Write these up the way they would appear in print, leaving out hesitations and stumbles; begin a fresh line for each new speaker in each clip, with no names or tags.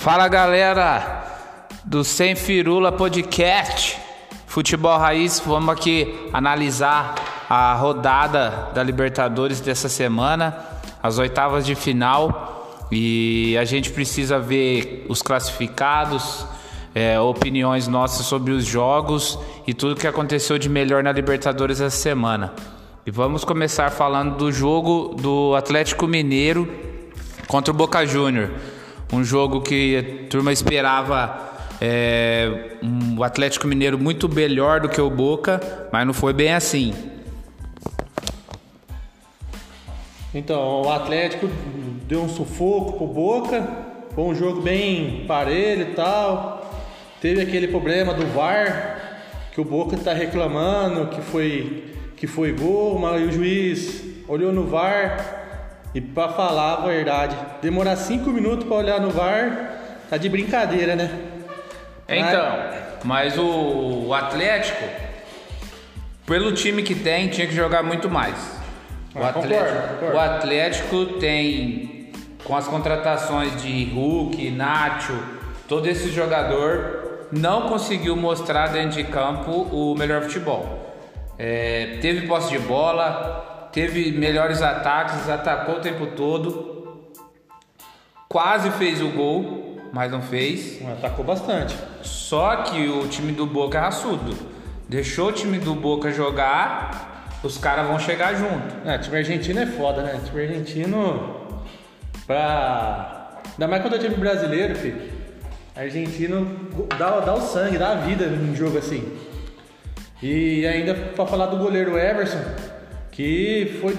Fala galera do Sem Firula Podcast, Futebol Raiz. Vamos aqui analisar a rodada da Libertadores dessa semana, as oitavas de final, e a gente precisa ver os classificados, opiniões nossas sobre os jogos e tudo que aconteceu de melhor na Libertadores essa semana. E vamos começar falando do jogo do Atlético Mineiro contra o Boca Juniors. Um jogo que a turma esperava um Atlético Mineiro muito melhor do que o Boca, mas não foi bem assim.
Então, o Atlético deu um sufoco pro Boca, foi um jogo bem parelho e tal. Teve aquele problema do VAR, que o Boca tá reclamando que foi gol, mas o juiz olhou no VAR e, pra falar a verdade, demorar 5 minutos pra olhar no VAR, tá de brincadeira, né?
Então, mas o Atlético, pelo time que tem, tinha que jogar muito mais.
Concordo.
O Atlético tem, com as contratações de Hulk, Nacho, todo esse jogador, não conseguiu mostrar dentro de campo o melhor futebol. Teve posse de bola, teve melhores ataques, atacou o tempo todo, quase fez o gol, mas não fez.
Atacou bastante.
Só que o time do Boca é raçudo, deixou o time do Boca jogar, os caras vão chegar junto.
Time argentino é foda, né? Time argentino, ainda mais quando é time brasileiro, filho. Argentino dá o sangue, dá a vida num jogo assim. E ainda pra falar do goleiro Everson, que foi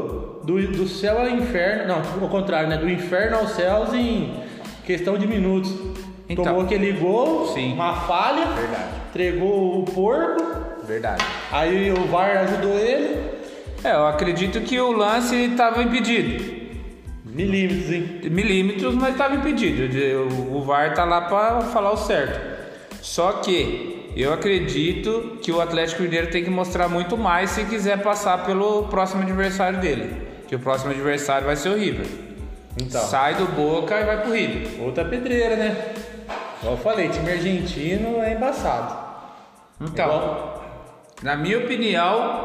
do céu ao inferno, não, ao contrário, né? Do inferno aos céus em questão de minutos.
Então,
tomou aquele gol,
sim,
uma falha,
verdade,
entregou o porco,
verdade.
Aí o VAR ajudou ele.
Eu acredito que o lance estava impedido.
Milímetros, hein?
Milímetros, mas estava impedido. O VAR tá lá para falar o certo. Só que eu acredito que o Atlético Mineiro tem que mostrar muito mais se quiser passar pelo próximo adversário dele. Que o próximo adversário vai ser o River.
Então,
sai do Boca e vai pro River.
Outra pedreira, né? Como eu falei, time argentino é embaçado.
Então, na minha opinião,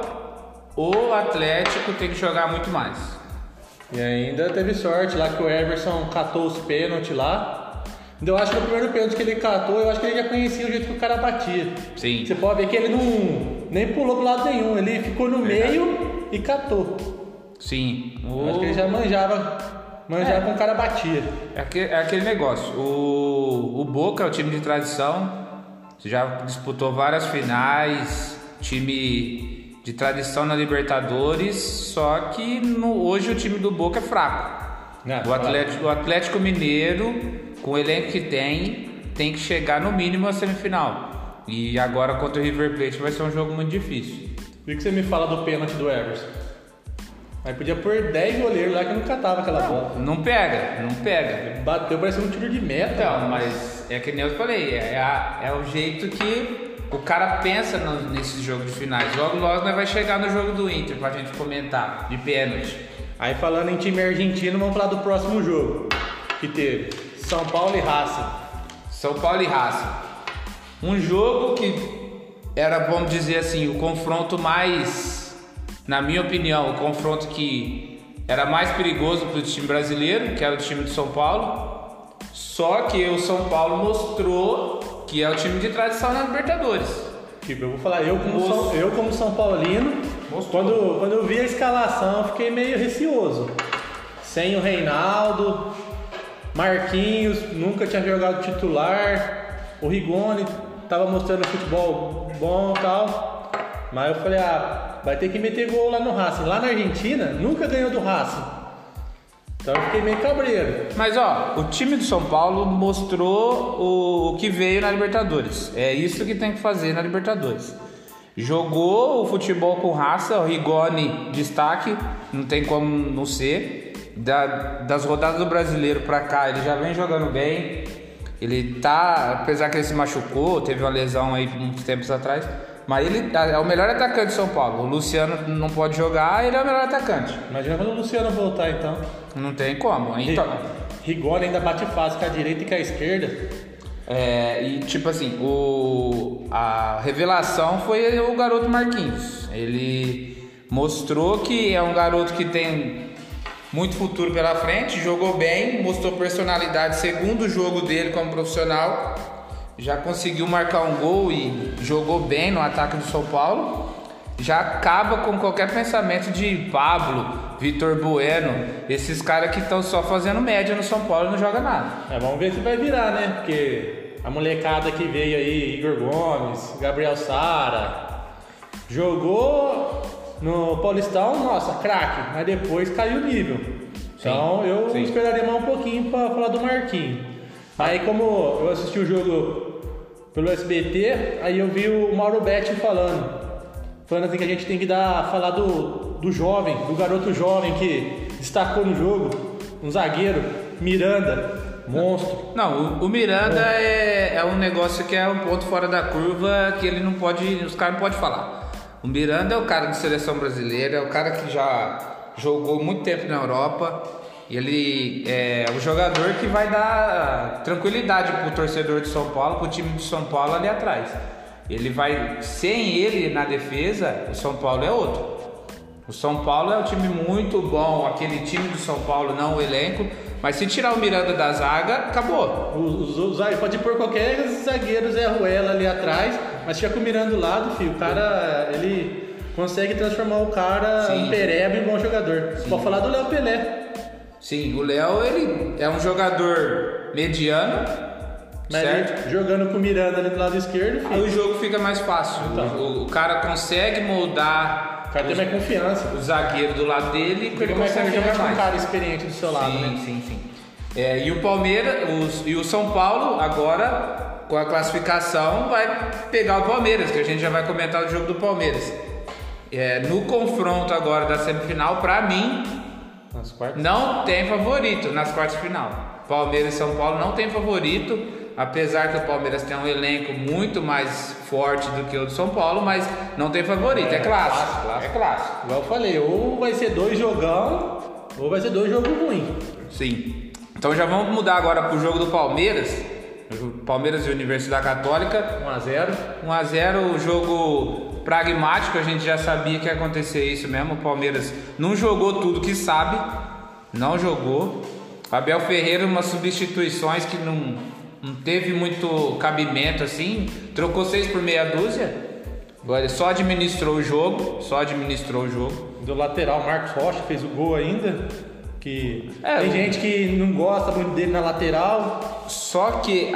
o Atlético tem que jogar muito mais.
E ainda teve sorte lá que o Everson catou os pênaltis lá. Eu acho que o primeiro pênalti que ele catou, eu acho que ele já conhecia o jeito que o cara batia.
Sim.
Você pode ver que ele nem pulou pro lado nenhum, ele ficou no meio e catou.
Sim.
Eu acho que ele já manjava como o cara batia.
É aquele negócio. O Boca é o time de tradição, já disputou várias finais, time de tradição na Libertadores, só que hoje o time do Boca é fraco. O Atlético Mineiro, com o elenco que tem que chegar no mínimo à semifinal. E agora contra o River Plate vai ser um jogo muito difícil.
Por que você me fala do pênalti do Everson? Aí podia pôr 10 goleiros lá que não catava aquela bola.
Não pega.
Bateu parecendo um tiro de meta.
Então, mas é que nem eu falei, é o jeito que o cara pensa nesses jogos de finais. Logo nós vai chegar no jogo do Inter pra gente comentar, de pênalti.
Aí falando em time argentino, vamos falar do próximo jogo que teve. São Paulo e Racing.
São Paulo e Racing. Um jogo que era, vamos dizer assim, o confronto mais, na minha opinião, o confronto que era mais perigoso para o time brasileiro, que era o time de São Paulo. Só que o São Paulo mostrou que é o time de tradição na Libertadores.
Tipo, eu vou falar, eu como São Paulino, quando eu vi a escalação, eu fiquei meio receoso. Sem o Reinaldo, Marquinhos nunca tinha jogado titular, o Rigoni tava mostrando futebol bom e tal, mas eu falei, vai ter que meter gol lá no Racing. Lá na Argentina, nunca ganhou do Racing, então eu fiquei meio cabreiro.
Mas o time do São Paulo mostrou o que veio na Libertadores. É isso que tem que fazer na Libertadores. Jogou o futebol com raça, o Rigoni destaque, não tem como não ser. Das rodadas do Brasileiro pra cá, ele já vem jogando bem. Ele tá, apesar que ele se machucou, teve uma lesão aí muitos tempos atrás, Mas ele é o melhor atacante de São Paulo. O Luciano não pode jogar, ele é o melhor atacante.
Imagina quando o Luciano voltar, então.
Não tem como. Então,
Rigoni ainda bate fácil com a direita e com a esquerda.
e tipo assim, a revelação foi o garoto Marquinhos. Ele mostrou que é um garoto que tem muito futuro pela frente, jogou bem, mostrou personalidade, segundo jogo dele como profissional, já conseguiu marcar um gol e jogou bem no ataque do São Paulo, já acaba com qualquer pensamento de Pablo, Vitor Bueno, esses caras que estão só fazendo média no São Paulo e não joga nada.
Vamos ver se vai virar, né? Porque a molecada que veio aí, Igor Gomes, Gabriel Sara, jogou no Paulistão, nossa, craque, mas depois caiu o nível. Então eu esperaria mais um pouquinho para falar do Marquinhos. Aí como eu assisti o jogo pelo SBT, aí eu vi o Mauro Betti falando assim que a gente tem que falar do jovem, do garoto jovem que destacou no jogo, um zagueiro, Miranda, monstro.
Não, o Miranda é um negócio que é um ponto fora da curva que ele não pode, os caras não podem falar. O Miranda é o cara de seleção brasileira, é o cara que já jogou muito tempo na Europa. Ele é o jogador que vai dar tranquilidade pro torcedor de São Paulo, pro time de São Paulo ali atrás. Ele vai, sem ele na defesa, o São Paulo é outro. O São Paulo é um time muito bom, aquele time do São Paulo, não o elenco. Mas se tirar o Miranda da zaga, acabou.
Pode pôr qualquer zagueiro Zé Ruela ali atrás, mas tinha com o Miranda do lado, filho. O cara, ele consegue transformar o cara em pereba em bom jogador. Sim. Pode falar do Léo Pelé.
Sim, o Léo, ele é um jogador mediano,
mas
certo?
Jogando com o Miranda ali do lado esquerdo,
aí o jogo fica mais fácil. Então. O cara consegue moldar.
O cara tem mais confiança.
O zagueiro do lado dele,
ele consegue jogar mais. Um cara experiente do seu lado, né?
Sim. E o Palmeiras e o São Paulo agora, com a classificação, vai pegar o Palmeiras, que a gente já vai comentar o jogo do Palmeiras. No confronto agora da semifinal, pra mim, não tem favorito nas quartas de final. Palmeiras e São Paulo não tem favorito, apesar que o Palmeiras tem um elenco muito mais forte do que o do São Paulo, mas não tem favorito, é clássico. É clássico.
Igual eu falei, ou vai ser 2 jogão, ou vai ser 2 jogos ruins.
Sim. Então já vamos mudar agora pro jogo do Palmeiras. Palmeiras e Universidade Católica. 1-0, jogo pragmático, a gente já sabia que ia acontecer isso mesmo. O Palmeiras não jogou tudo que sabe, não jogou. Abel Ferreira, umas substituições que não teve muito cabimento assim, trocou 6 por meia dúzia. Agora ele só administrou o jogo.
Do lateral, Marcos Rocha fez o gol ainda. Tem gente que não gosta muito dele na lateral.
Só que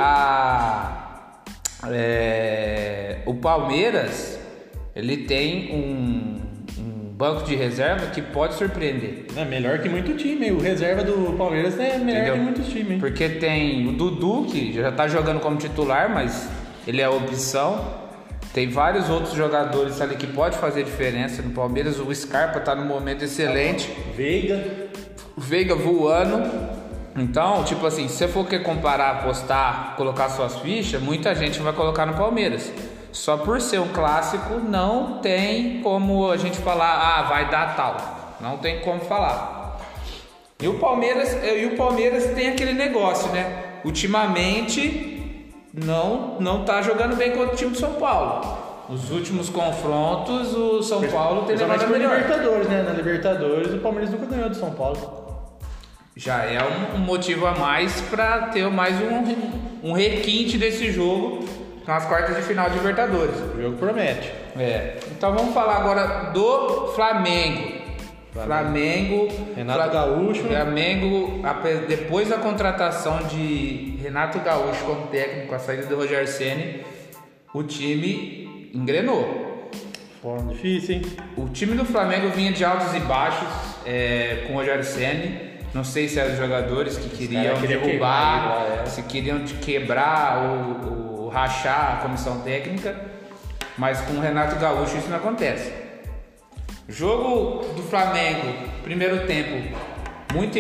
o Palmeiras, ele tem um banco de reserva que pode surpreender.
É melhor que muito time. O reserva do Palmeiras é melhor que muitos times.
Porque tem o Dudu, que já tá jogando como titular, mas ele é a opção. Tem vários outros jogadores ali que pode fazer diferença no Palmeiras. O Scarpa tá num momento excelente. Veiga voando. Então, tipo assim, se você for querer comparar, apostar, colocar suas fichas, muita gente vai colocar no Palmeiras. Só por ser um clássico, não tem como a gente falar, vai dar tal. Não tem como falar. E o Palmeiras tem aquele negócio, né? Ultimamente, não tá jogando bem contra o time do São Paulo. Os últimos confrontos, o São Paulo tem levado a melhor.
Libertadores, né? Na Libertadores, o Palmeiras nunca ganhou do São Paulo.
Já é um motivo a mais para ter mais um requinte desse jogo nas quartas de final de Libertadores.
O jogo promete.
Então vamos falar agora do Flamengo.
Renato Gaúcho.
Flamengo, depois da contratação de Renato Gaúcho como técnico, a saída do Rogério Ceni, o time engrenou.
Forma difícil, hein?
O time do Flamengo vinha de altos e baixos com o Rogério Ceni. Não sei se eram os jogadores que queriam derrubar, se queriam quebrar ou rachar a comissão técnica, mas com o Renato Gaúcho isso não acontece. Jogo do Flamengo, primeiro tempo, muito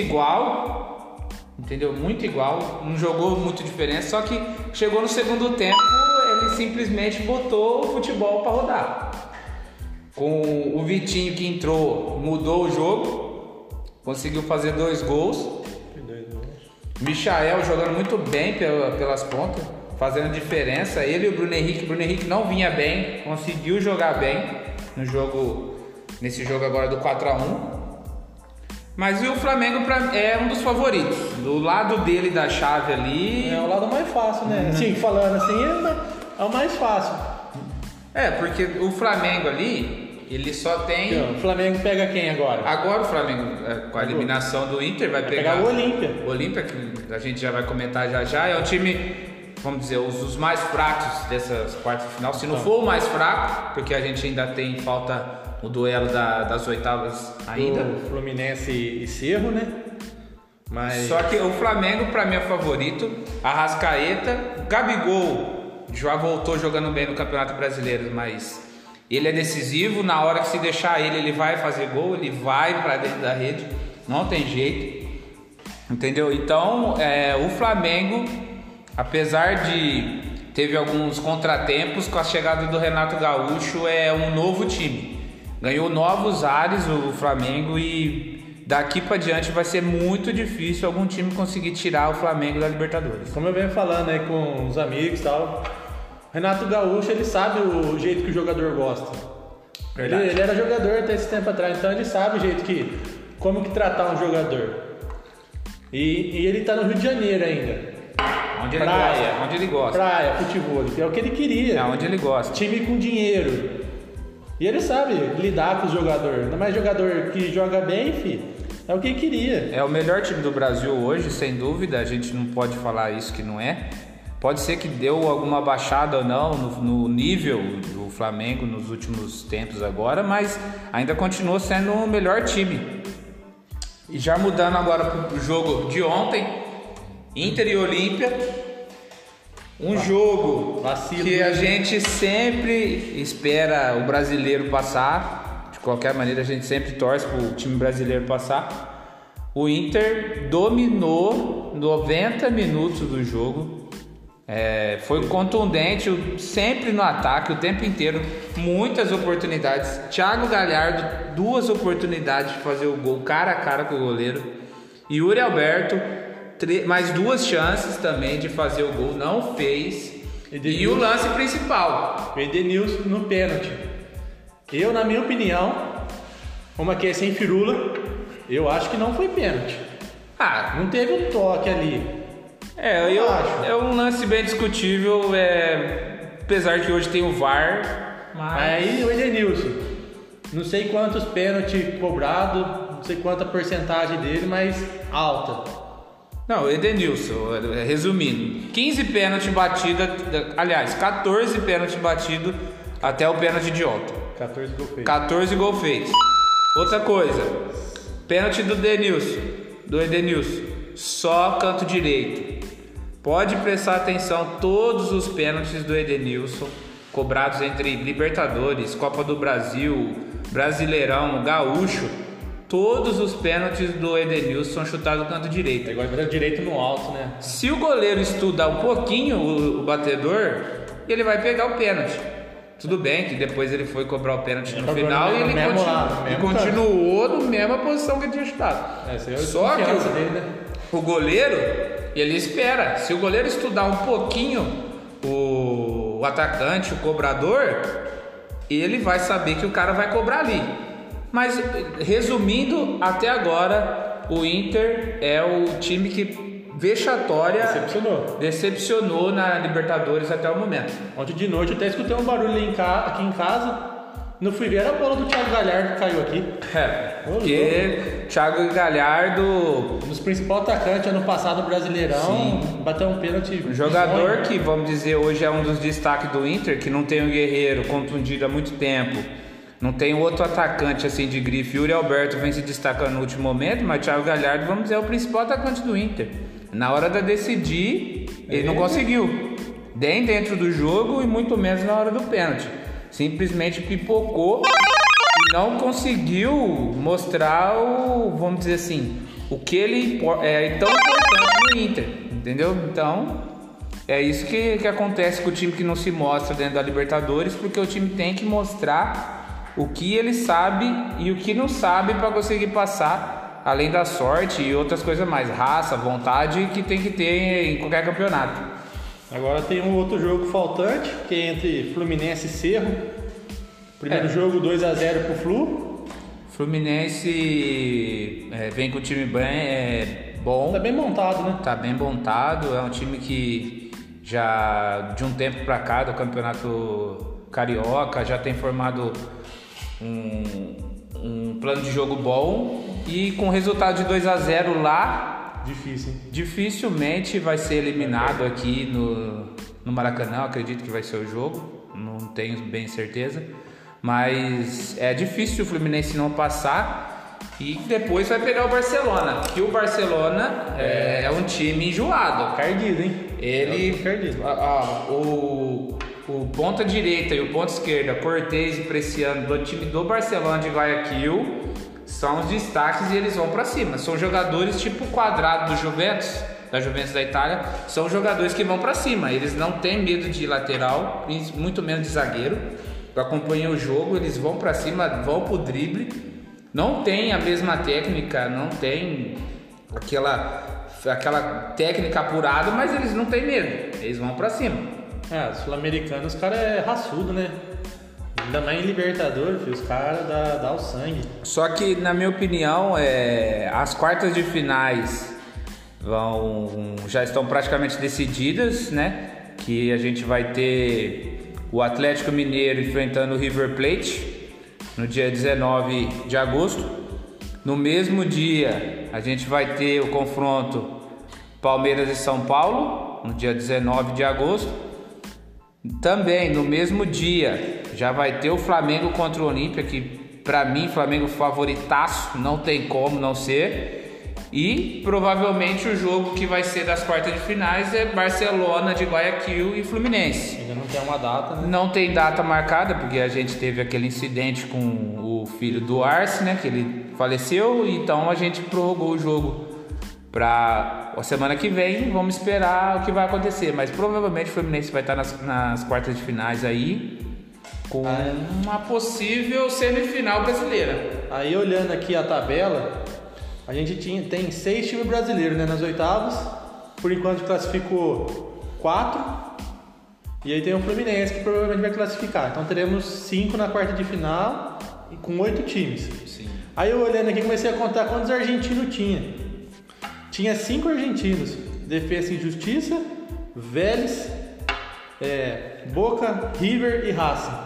igual, entendeu? Muito igual, não jogou muito diferença, só que chegou no segundo tempo, eles simplesmente botou o futebol para rodar. Com o Vitinho que entrou, mudou o jogo, conseguiu fazer 2 gols. Michael jogando muito bem pelas pontas, fazendo diferença. Ele e o Bruno Henrique não vinha bem, conseguiu jogar bem nesse jogo agora do 4-1. Mas o Flamengo é um dos favoritos. Do lado dele da chave ali.
É o lado mais fácil, né? Sim, falando assim, é o mais fácil.
Porque o Flamengo ali, ele só tem.
Então, o Flamengo pega quem agora?
Agora o Flamengo, com a eliminação do Inter, vai pegar
o Olímpia.
O Olímpia, que a gente já vai comentar já. É um time, vamos dizer, os mais fracos dessas quartas de final. Se não for o mais fraco, porque a gente ainda tem falta o duelo das oitavas ainda.
O Fluminense e Cerro, né? Mas...
Só que o Flamengo, pra mim, é favorito. Arrascaeta, Gabigol já voltou jogando bem no Campeonato Brasileiro, mas ele é decisivo. Na hora que se deixar ele vai fazer gol, ele vai pra dentro da rede, não tem jeito, entendeu? Então, o Flamengo, apesar de teve alguns contratempos com a chegada do Renato Gaúcho, é um novo time. Ganhou novos ares o Flamengo e daqui pra diante vai ser muito difícil algum time conseguir tirar o Flamengo da Libertadores.
Como eu venho falando aí com os amigos e tal, Renato Gaúcho, ele sabe o jeito que o jogador gosta. Ele era jogador até esse tempo atrás, então ele sabe o jeito como que tratar um jogador. E ele tá no Rio de Janeiro ainda.
Onde ele gosta.
Praia, futebol, é o que ele queria.
É onde ele gosta.
Time com dinheiro. E ele sabe lidar com os jogadores. Ainda mais jogador que joga bem, filho. É o que ele queria.
É o melhor time do Brasil hoje, sem dúvida. A gente não pode falar isso que não é. Pode ser que deu alguma baixada ou não no nível do Flamengo nos últimos tempos agora, mas ainda continua sendo o melhor time. E já mudando agora pro jogo de ontem, Inter e Olímpia. Um jogo que a gente sempre espera o brasileiro passar. De qualquer maneira, a gente sempre torce para o time brasileiro passar. O Inter dominou 90 minutos do jogo. Foi contundente, sempre no ataque, o tempo inteiro. Muitas oportunidades. Thiago Galhardo, 2 oportunidades de fazer o gol cara a cara com o goleiro. Yuri Alberto, mais 2 chances também de fazer o gol, não fez. E o lance principal,
o Edenilson no pênalti. Eu, na minha opinião, uma que é sem firula, eu acho que não foi pênalti. Não teve um toque ali.
Eu acho. É um lance bem discutível, apesar que hoje tem o VAR. Mas...
Aí o Edenilson, não sei quantos pênaltis cobrados, não sei quanta porcentagem dele, mas alta.
Não, o Edenilson, resumindo, 15 pênaltis batidos, aliás, 14 pênaltis batidos até o pênalti de ontem. 14 gol feitos. Outra coisa, pênalti do Edenilson, só canto direito. Pode prestar atenção, todos os pênaltis do Edenilson, cobrados entre Libertadores, Copa do Brasil, Brasileirão, Gaúcho, todos os pênaltis do Edenilson são chutados no canto direito.
Agora vai direito no alto, né?
Se o goleiro estudar um pouquinho o batedor, ele vai pegar o pênalti. Tudo bem que depois ele foi cobrar o pênalti no final e ele continuou na mesma posição que ele tinha chutado. Só que
dele, né?
O goleiro, ele espera. Se o goleiro estudar um pouquinho o atacante, o cobrador, ele vai saber que o cara vai cobrar ali. Mas, resumindo, até agora, o Inter é o time que decepcionou na Libertadores até o momento.
Ontem de noite eu até escutei um barulho aqui em casa. Não fui ver, era a bola do Thiago Galhardo que caiu aqui.
Porque Thiago Galhardo,
um dos principais atacantes ano passado no Brasileirão, bateu um pênalti.
Um jogador que, vamos dizer, hoje é um dos destaques do Inter, que não tem o Guerreiro contundido há muito tempo. Não tem outro atacante assim de grife. Yuri Alberto vem se destacando no último momento, mas Thiago Galhardo, vamos dizer, é o principal atacante do Inter. Na hora de decidir, ele não conseguiu. Nem dentro do jogo e muito menos na hora do pênalti. Simplesmente pipocou e não conseguiu mostrar vamos dizer assim, o que ele é tão importante no Inter. Entendeu? Então, É isso que acontece com o time que não se mostra dentro da Libertadores, porque o time tem que mostrar o que ele sabe e o que não sabe para conseguir passar, além da sorte e outras coisas mais, raça, vontade que tem que ter em qualquer campeonato.
Agora tem um outro jogo faltante, que é entre Fluminense e Cerro. Primeiro jogo 2-0 pro Flu.
Fluminense vem com o time bem bom.
Tá bem montado, né?
Tá bem montado, é um time que já de um tempo pra cá do Campeonato Carioca já tem formado um plano de jogo bom, e com o resultado de 2-0 lá, dificilmente vai ser eliminado aqui no Maracanã. Acredito que vai ser o jogo, não tenho bem certeza, mas é difícil o Fluminense não passar. E depois vai pegar o Barcelona, que o Barcelona é um time enjoado.
Cardido, hein?
O ponta direita e o ponta esquerda, Cortez e Preciano, do time do Barcelona de Guayaquil, são os destaques e eles vão pra cima. São jogadores tipo o Quadrado do Juventus, da Juventus da Itália, são jogadores que vão pra cima. Eles não têm medo de lateral, muito menos de zagueiro. Acompanham o jogo, eles vão pra cima, vão pro drible. Não tem a mesma técnica, não tem aquela técnica apurada, mas eles não têm medo, eles vão pra cima.
Sul-americano, os caras é raçudo, né? Ainda mais em Libertadores, filho, os caras dá o sangue.
Só que, na minha opinião, as quartas de finais já estão praticamente decididas, né? Que a gente vai ter o Atlético Mineiro enfrentando o River Plate no dia 19 de agosto. No mesmo dia, a gente vai ter o confronto Palmeiras e São Paulo, no dia 19 de agosto. Também, no mesmo dia, já vai ter o Flamengo contra o Olímpia, que pra mim, Flamengo favoritaço, não tem como não ser. E provavelmente o jogo que vai ser das quartas de finais é Barcelona de Guayaquil e Fluminense.
Ainda não tem uma data, né?
Não tem data marcada, porque a gente teve aquele incidente com o filho do Arce, né? Que ele faleceu, então a gente prorrogou o jogo para a semana que vem. Vamos esperar o que vai acontecer, mas provavelmente o Fluminense vai estar nas quartas de finais aí, com uma possível semifinal brasileira.
Aí olhando aqui a tabela, a gente tem 6 times brasileiros, né, nas oitavas. Por enquanto classificou 4. E aí tem o Fluminense, que provavelmente vai classificar. Então teremos 5 na quarta de final e com 8 times.
Sim.
Aí eu olhando aqui, comecei a contar quantos argentinos tinha. Tinha 5 argentinos. Defensa e Justiça, Vélez, Boca, River e Racing.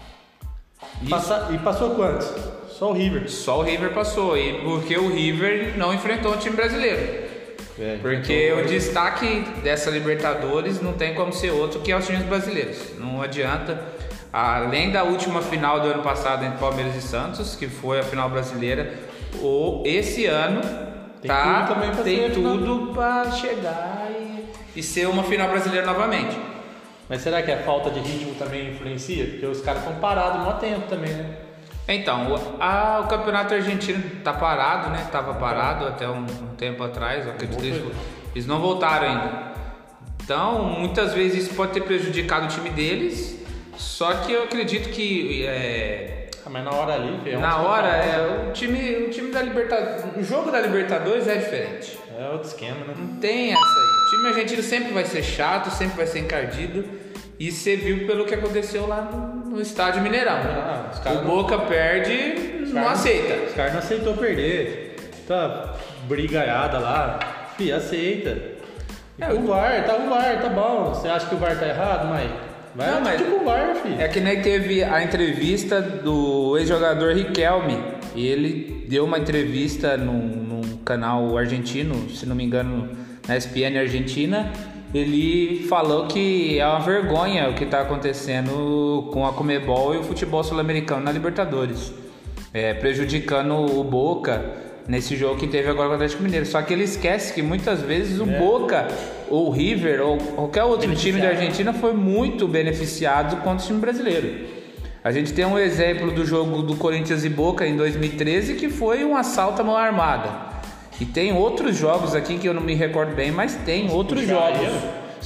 E passou quantos? Só o River.
Só o River passou, e porque o River não enfrentou o time brasileiro. Porque o destaque dessa Libertadores não tem como ser outro que os times brasileiros. Não adianta. Além da última final do ano passado entre Palmeiras e Santos, que foi a final brasileira, esse ano tem tudo para chegar e ser uma final brasileira novamente.
Mas será que a falta de ritmo também influencia? Porque os caras estão parados há tempo também, né?
Então, o campeonato argentino tá parado, né? Tava parado até um tempo atrás, eu acredito que eles não voltaram ainda. Então, muitas vezes isso pode ter prejudicado o time deles, só que eu acredito que
mas na hora ali,
o time da Libertadores, o jogo da Libertadores é diferente.
É outro esquema, né?
Não tem essa aí. O time argentino sempre vai ser chato, sempre vai ser encardido. E você viu pelo que aconteceu lá no estádio Mineirão. O Boca perde, não aceita.
Os caras não aceitou perder. Tá brigaiada lá. Fih, aceita. O VAR, tá bom. Você acha que o VAR tá errado, mas vai tipo o VAR, filho.
É que nem teve a entrevista do ex-jogador Riquelme. E ele deu uma entrevista num canal argentino, se não me engano, na ESPN Argentina. Ele falou que é uma vergonha o que está acontecendo com a Conmebol e o futebol sul-americano na Libertadores, prejudicando o Boca nesse jogo que teve agora com o Atlético Mineiro. Só que ele esquece que muitas vezes o Boca ou o River ou qualquer outro time da Argentina foi muito beneficiado contra o time brasileiro. A gente tem um exemplo do jogo do Corinthians e Boca em 2013, que foi um assalto à mão armada. E tem outros jogos aqui que eu não me recordo bem, mas tem outros jogos.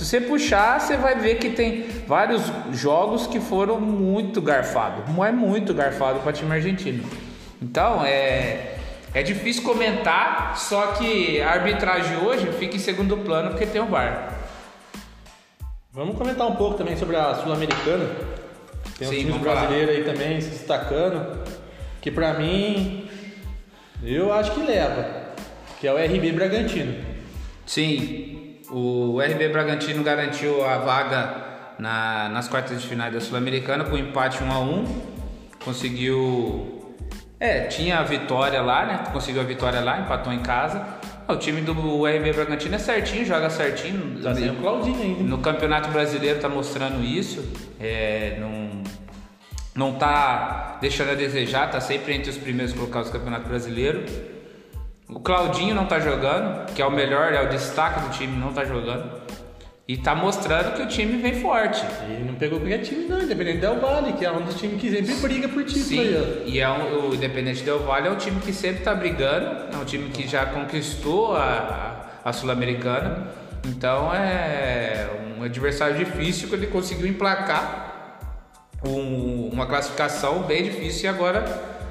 Se você puxar, você vai ver que tem vários jogos que foram muito garfados. É muito garfado para time argentino. Então, é difícil comentar, só que a arbitragem hoje fica em segundo plano porque tem o VAR.
Vamos comentar um pouco também sobre a Sul-Americana. Tem um time brasileiro aí também se destacando, que pra mim, eu acho que leva, que é o RB Bragantino.
Sim, o RB Bragantino garantiu a vaga nas quartas de final da Sul-Americana com empate 1-1. Conseguiu... tinha a vitória lá, né? Conseguiu a vitória lá, empatou em casa. O time do RB Bragantino é certinho, joga certinho.
Tá sem o Claudinho ainda.
No Campeonato Brasileiro tá mostrando isso. Não tá deixando a desejar, tá sempre entre os primeiros colocados do Campeonato Brasileiro. O Claudinho não tá jogando, que é o melhor, é o destaque do time, não tá jogando. E tá mostrando que o time vem forte.
E não pegou qualquer time não, Independente Del Valle, que é um dos times que sempre briga por título.
Sim,
aí,
e o Independente Del Valle é um time que sempre tá brigando, é um time que já conquistou a Sul-Americana. Então é um adversário difícil que ele conseguiu emplacar uma classificação bem difícil e agora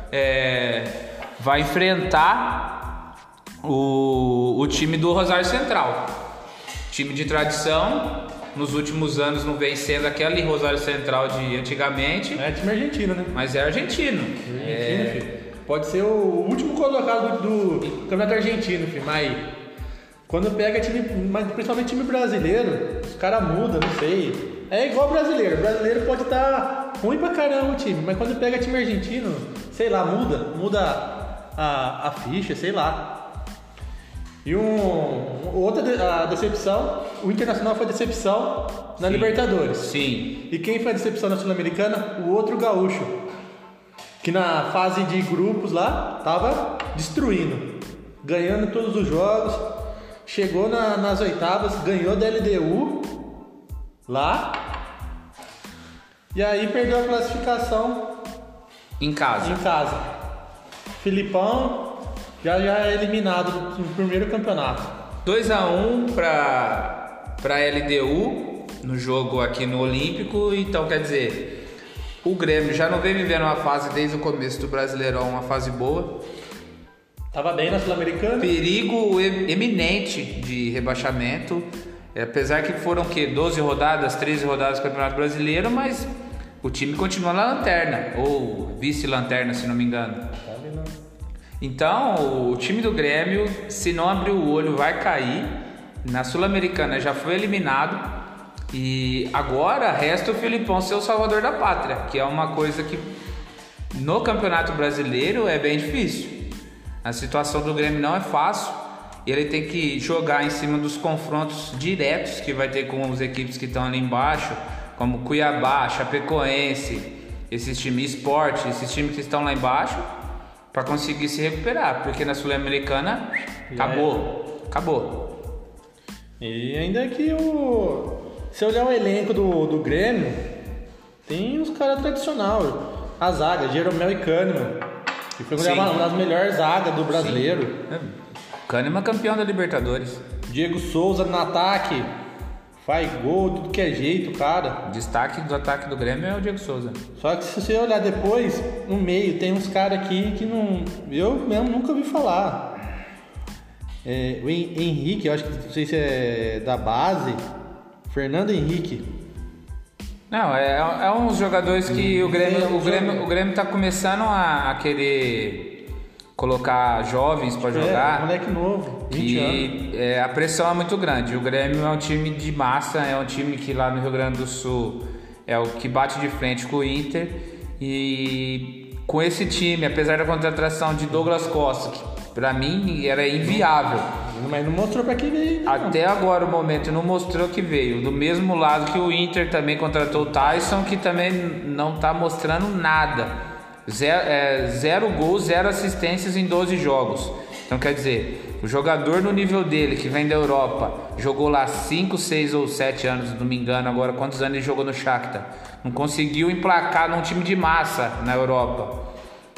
vai enfrentar o time do Rosário Central. Time de tradição, nos últimos anos não vem sendo aquele Rosário Central de antigamente.
É time argentino, né?
Mas é argentino.
Filho. Pode ser o último colocado do campeonato argentino, filho. Mas quando pega time, principalmente time brasileiro, os caras mudam, não sei. É igual brasileiro. O brasileiro pode estar ruim pra caramba o time, mas quando pega time argentino, sei lá, muda a ficha, sei lá. E outra decepção, o Internacional foi decepção na Libertadores.
Sim.
E quem foi a decepção na Sul-Americana? O outro gaúcho, que na fase de grupos lá tava destruindo, ganhando todos os jogos, chegou nas oitavas, ganhou da LDU lá e aí perdeu a classificação
em casa.
Filipão já é eliminado no primeiro campeonato.
2-1 para LDU no jogo aqui no Olímpico. Então quer dizer, o Grêmio já não vem vivendo uma fase desde o começo do Brasileirão, uma fase boa.
Tava bem na Sul-Americana.
Perigo eminente de rebaixamento. Apesar que foram 12 rodadas, 13 rodadas do Campeonato Brasileiro, mas o time continua na lanterna, ou vice-lanterna, se não me engano. Então, o time do Grêmio, se não abrir o olho, vai cair. Na Sul-Americana já foi eliminado. E agora resta o Filipão ser o salvador da pátria, que é uma coisa que no Campeonato Brasileiro é bem difícil. A situação do Grêmio não é fácil. Ele tem que jogar em cima dos confrontos diretos que vai ter com as equipes que estão ali embaixo, como Cuiabá, Chapecoense, esses times Sport, esses times que estão lá embaixo, para conseguir se recuperar, porque na Sul-Americana acabou.
E ainda que se olhar o elenco do Grêmio, tem os caras tradicionais, a zaga, Jeromel e Kahneman, que foi uma das melhores zagas do brasileiro.
Kahneman campeão da Libertadores.
Diego Souza no ataque, faz gol, tudo que é jeito, cara.
O destaque do ataque do Grêmio é o Diego Souza.
Só que se você olhar depois, no meio, tem uns caras aqui que eu mesmo nunca ouvi falar. O Henrique, eu acho que não sei se é da base, Fernando Henrique.
Não, é uns jogadores que o Grêmio tá começando a querer colocar jovens para jogar.
Moleque novo, 20 anos.
A pressão é muito grande. O Grêmio é um time de massa, é um time que lá no Rio Grande do Sul é o que bate de frente com o Inter. E com esse time, apesar da contratação de Douglas Costa, que para mim era inviável.
Mas não mostrou para que veio.
Até agora o momento não mostrou que veio. Do mesmo lado que o Inter também contratou o Tyson, que também não tá mostrando nada. Zero gols, 0 assistências em 12 jogos. Então quer dizer, o jogador no nível dele, que vem da Europa, jogou lá 5, 6 ou 7 anos, não me engano agora quantos anos ele jogou no Shakhtar, não conseguiu emplacar num time de massa na Europa.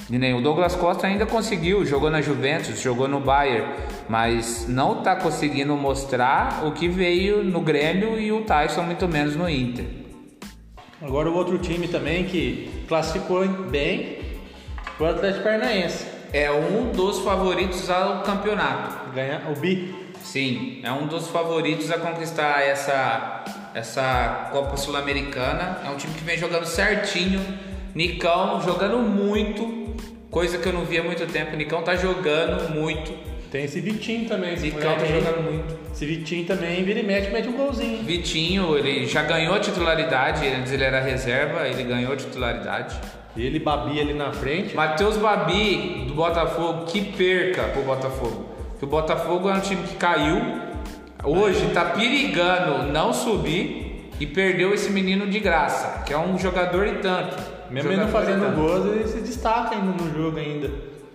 E nem o Douglas Costa ainda conseguiu, jogou na Juventus, jogou no Bayern, mas não está conseguindo mostrar o que veio no Grêmio e o Tyson muito menos no Inter.
Agora o outro time também que classificou bem foi o Atlético Paranaense.
É um dos favoritos ao campeonato.
Ganhar o bi.
Sim, é um dos favoritos a conquistar essa Copa Sul-Americana. É um time que vem jogando certinho. Nicão jogando muito, coisa que eu não via há muito tempo. Nicão tá jogando muito.
Tem esse Vitinho também.
Nicão tá jogando muito.
Esse Vitinho também vira e mete um golzinho.
Vitinho, ele já ganhou a titularidade. Antes ele era reserva, ele ganhou a titularidade.
Ele, Babi ali na frente.
Matheus Babi do Botafogo, que perca pro Botafogo. Porque o Botafogo é um time que caiu. Hoje tá perigando não subir e perdeu esse menino de graça, que é um jogador e tanto.
Mesmo ele não fazendo gols, ele se destaca ainda no jogo ainda.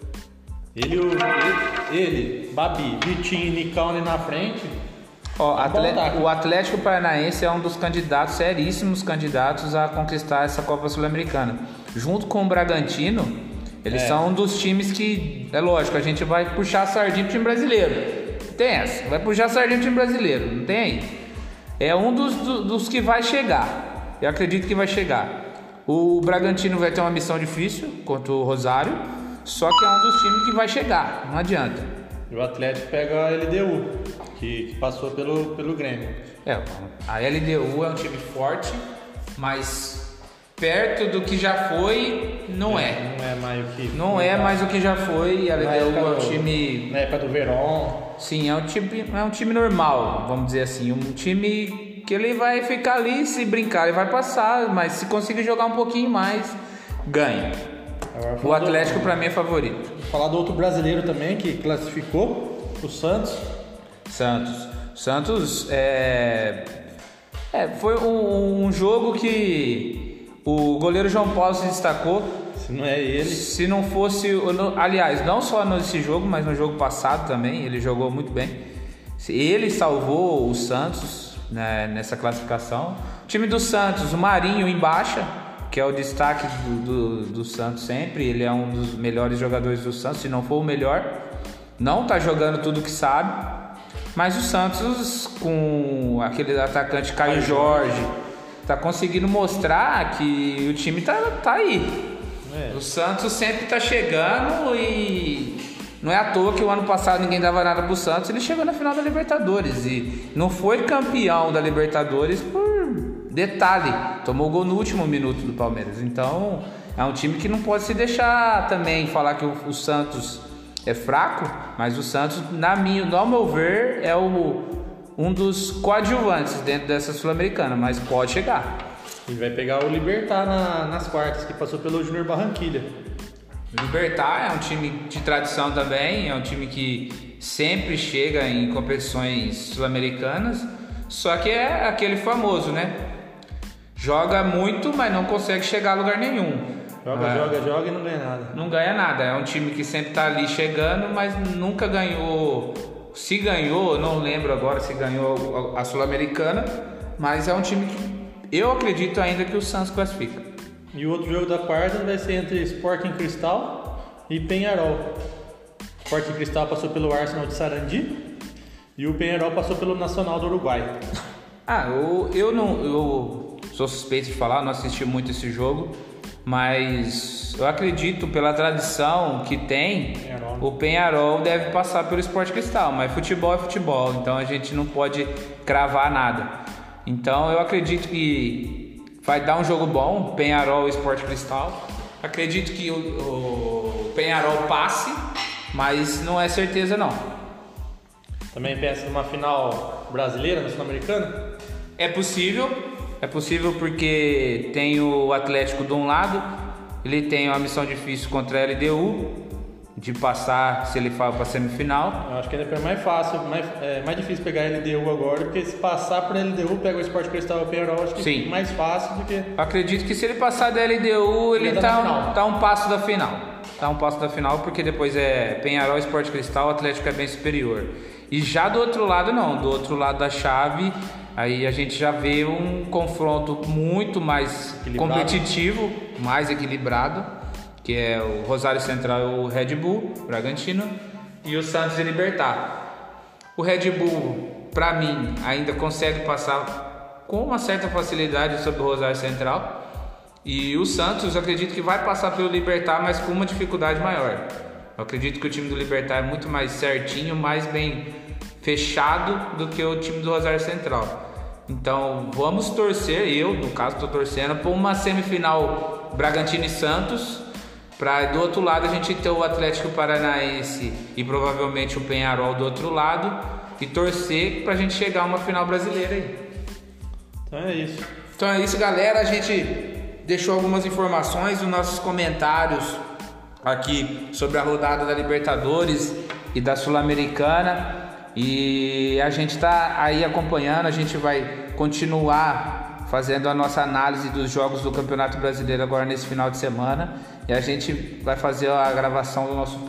Ele, Babi, Vitinho e Nicão ali na frente.
Ó, o Atlético Paranaense é um dos candidatos, seríssimos candidatos a conquistar essa Copa Sul-Americana. Junto com o Bragantino, eles são um dos times que, é lógico, a gente vai puxar a sardinha pro time brasileiro. Tem essa, vai puxar a sardinha pro time brasileiro, não tem aí? É um dos que vai chegar. Eu acredito que vai chegar. O Bragantino vai ter uma missão difícil contra o Rosário, só que é um dos times que vai chegar, não adianta.
E o Atlético pega a LDU, que passou pelo Grêmio.
A LDU é um time forte, mas perto do que já foi, não é. Não é mais o que já foi. A LDU é um time...
Na época do Verón.
Sim, é um time normal, vamos dizer assim. Um time que ele vai ficar ali, se brincar, ele vai passar, mas se conseguir jogar um pouquinho mais, ganha. O Atlético para mim é favorito.
Vou falar do outro brasileiro também que classificou, o Santos.
Santos foi um jogo que o goleiro João Paulo se destacou.
Se não é ele.
Se não fosse, aliás, não só nesse jogo, mas no jogo passado também, ele jogou muito bem. Ele salvou o Santos, né, nessa classificação. O time do Santos, o Marinho em baixa, que é o destaque do Santos sempre. Ele é um dos melhores jogadores do Santos, se não for o melhor. Não tá jogando tudo que sabe. Mas o Santos, com aquele atacante Caio Jorge, tá conseguindo mostrar que o time tá aí. O Santos sempre tá chegando e não é à toa que o ano passado ninguém dava nada pro Santos. Ele chegou na final da Libertadores e não foi campeão da Libertadores por detalhe. Tomou gol no último minuto do Palmeiras. Então é um time que não pode se deixar também falar que o Santos é fraco, mas o Santos, ao meu ver, é um dos coadjuvantes dentro dessa Sul-Americana, mas pode chegar.
E vai pegar o Libertad nas quartas, que passou pelo Júnior Barranquilla.
O Libertad é um time de tradição também, é um time que sempre chega em competições sul-americanas, só que é aquele famoso, né? Joga muito, mas não consegue chegar a lugar nenhum.
Joga e não ganha nada.
Não ganha nada, é um time que sempre tá ali chegando, mas nunca ganhou. Se ganhou, não lembro agora se ganhou a Sul-Americana, mas é um time que eu acredito ainda que o Santos classifica.
E o outro jogo da quarta vai ser entre Sporting Cristal e Peñarol. Sporting Cristal passou pelo Arsenal de Sarandi e o Peñarol passou pelo Nacional do Uruguai.
Eu sou suspeito de falar, não assisti muito esse jogo, mas eu acredito pela tradição que tem, o Peñarol deve passar pelo Sporting Cristal, mas futebol é futebol, então a gente não pode cravar nada. Então eu acredito que vai dar um jogo bom, Peñarol e Sporting Cristal. Acredito que o Peñarol passe, mas não é certeza não.
Também pensa numa final brasileira, na Sul-Americana?
É possível porque tem o Atlético de um lado, ele tem uma missão difícil contra a LDU, de passar, se ele for para a semifinal.
Eu acho que ainda foi mais fácil, mais difícil pegar a LDU agora, porque se passar para a LDU, pega o Sport Cristal e o Peñarol, acho que
sim,
é mais fácil do que...
Eu acredito que se ele passar da LDU, ele tá um passo da final. Tá um passo da final, porque depois é Peñarol, Sport Cristal, o Atlético é bem superior. E já do outro lado não, do outro lado da chave, aí a gente já vê um confronto muito mais competitivo, mais equilibrado, que é o Rosário Central e o Red Bull, Bragantino, e o Santos e Libertad. O Red Bull, para mim, ainda consegue passar com uma certa facilidade sobre o Rosário Central. E o Santos, eu acredito que vai passar pelo Libertad, mas com uma dificuldade maior. Eu acredito que o time do Libertad é muito mais certinho, mais bem fechado do que o time do Rosário Central. Então vamos torcer, eu no caso estou torcendo por uma semifinal Bragantino e Santos, para do outro lado a gente ter o Atlético Paranaense e provavelmente o Peñarol do outro lado, e torcer para a gente chegar a uma final brasileira aí. Então é isso, galera. A gente deixou algumas informações nos nossos comentários aqui sobre a rodada da Libertadores e da Sul-Americana, e a gente está aí acompanhando. A gente vai continuar fazendo a nossa análise dos jogos do Campeonato Brasileiro agora nesse final de semana, e a gente vai fazer a gravação do nosso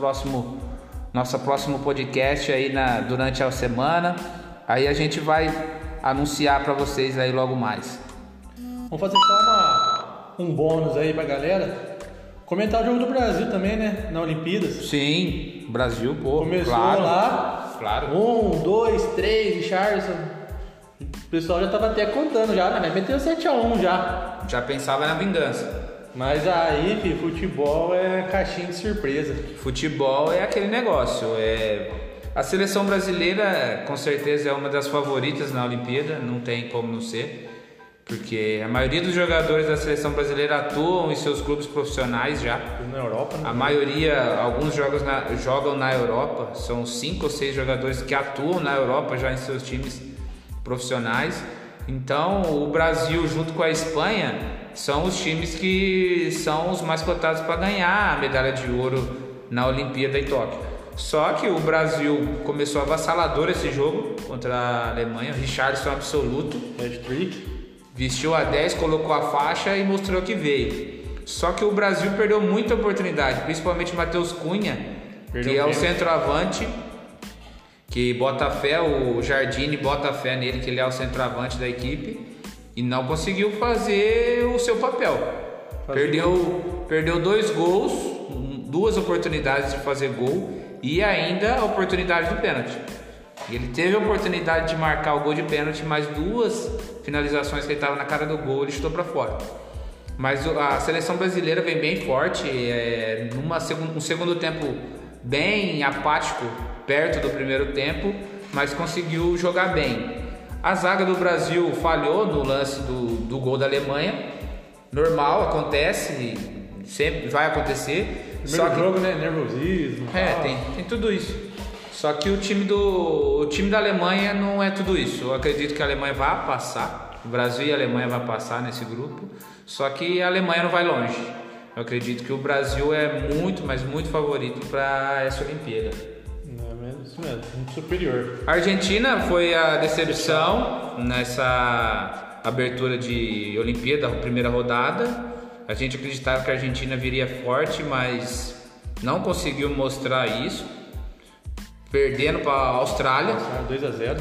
próximo podcast aí durante a semana. Aí a gente vai anunciar para vocês aí logo mais.
Vamos fazer só um bônus aí pra galera. Comentar o jogo do Brasil também, né? Na Olimpíadas.
Sim, Brasil, pô.
Começou
claro,
lá.
Claro.
1, 2, 3, Richarlison. O pessoal já tava até contando já, né? Meteu 7-1 já.
Já pensava na vingança.
Mas aí, filho, futebol é caixinha de surpresa.
Futebol é aquele negócio. A seleção brasileira, com certeza, é uma das favoritas na Olimpíada. Não tem como não ser. Porque a maioria dos jogadores da seleção brasileira atuam em seus clubes profissionais já.
Na Europa, né?
A maioria, alguns jogam na Europa. São 5 ou 6 jogadores que atuam na Europa já em seus times profissionais. Então o Brasil junto com a Espanha são os times que são os mais cotados para ganhar a medalha de ouro na Olimpíada em Tóquio. Só que o Brasil começou avassalador esse jogo contra a Alemanha. Richarlison absoluto.
Hat-trick.
Vestiu a 10, colocou a faixa e mostrou que veio. Só que o Brasil perdeu muita oportunidade, principalmente o Matheus Cunha, que é o centroavante, que bota fé, o Jardine bota fé nele, que ele é o centroavante da equipe, e não conseguiu fazer o seu papel. Perdeu 2 gols, 2 oportunidades de fazer gol e ainda a oportunidade do pênalti. Ele teve a oportunidade de marcar o gol de pênalti, mas 2 finalizações que ele estava na cara do gol, ele chutou para fora. Mas a seleção brasileira vem bem forte, um segundo tempo bem apático, perto do primeiro tempo, mas conseguiu jogar bem. A zaga do Brasil falhou no lance do gol da Alemanha. Normal, acontece, sempre vai acontecer.
Primeiro jogo, né? Nervosismo.
Tem tudo isso. Só que o time da Alemanha não é tudo isso. Eu acredito que a Alemanha vai passar. O Brasil e a Alemanha vão passar nesse grupo. Só que a Alemanha não vai longe. Eu acredito que o Brasil é muito, mas muito favorito para essa Olimpíada.
Isso mesmo, muito superior.
A Argentina foi a decepção nessa abertura de Olimpíada, a primeira rodada. A gente acreditava que a Argentina viria forte, mas não conseguiu mostrar isso. Perdendo para a Austrália,
2-0.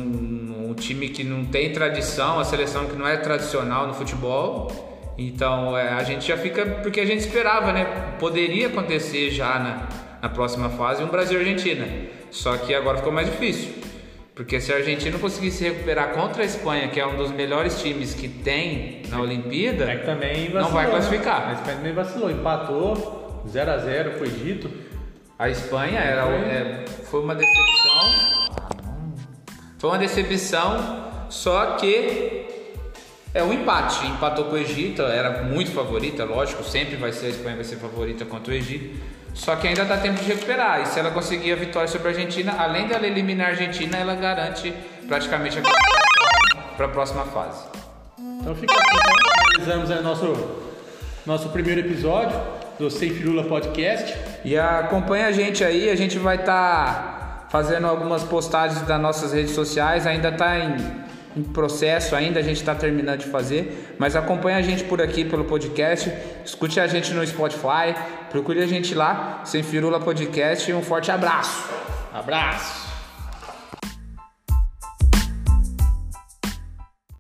Um time que não tem tradição, a seleção que não é tradicional no futebol. Então a gente já fica, porque a gente esperava, né? Poderia acontecer já na próxima fase um Brasil e Argentina. Só que agora ficou mais difícil, porque se a Argentina conseguisse se recuperar contra a Espanha, que é um dos melhores times que tem na Olimpíada,
que também vacilou,
não vai classificar.
A Espanha também vacilou, empatou 0-0 com o Egito.
A Espanha foi uma decepção. Foi uma decepção, só que é um empate. Empatou com o Egito, era muito favorita, lógico, sempre vai ser, a Espanha vai ser favorita contra o Egito. Só que ainda dá tempo de recuperar. E se ela conseguir a vitória sobre a Argentina, além dela eliminar a Argentina, ela garante praticamente a classificação para a próxima fase.
Então fica aqui, finalizamos aí nosso primeiro episódio do Sem Firula Podcast.
E acompanha a gente aí, a gente vai estar fazendo algumas postagens das nossas redes sociais, ainda está em processo ainda, a gente está terminando de fazer, mas acompanha a gente por aqui pelo podcast, escute a gente no Spotify, procure a gente lá, Sem Firula Podcast, e um forte abraço.
Abraço!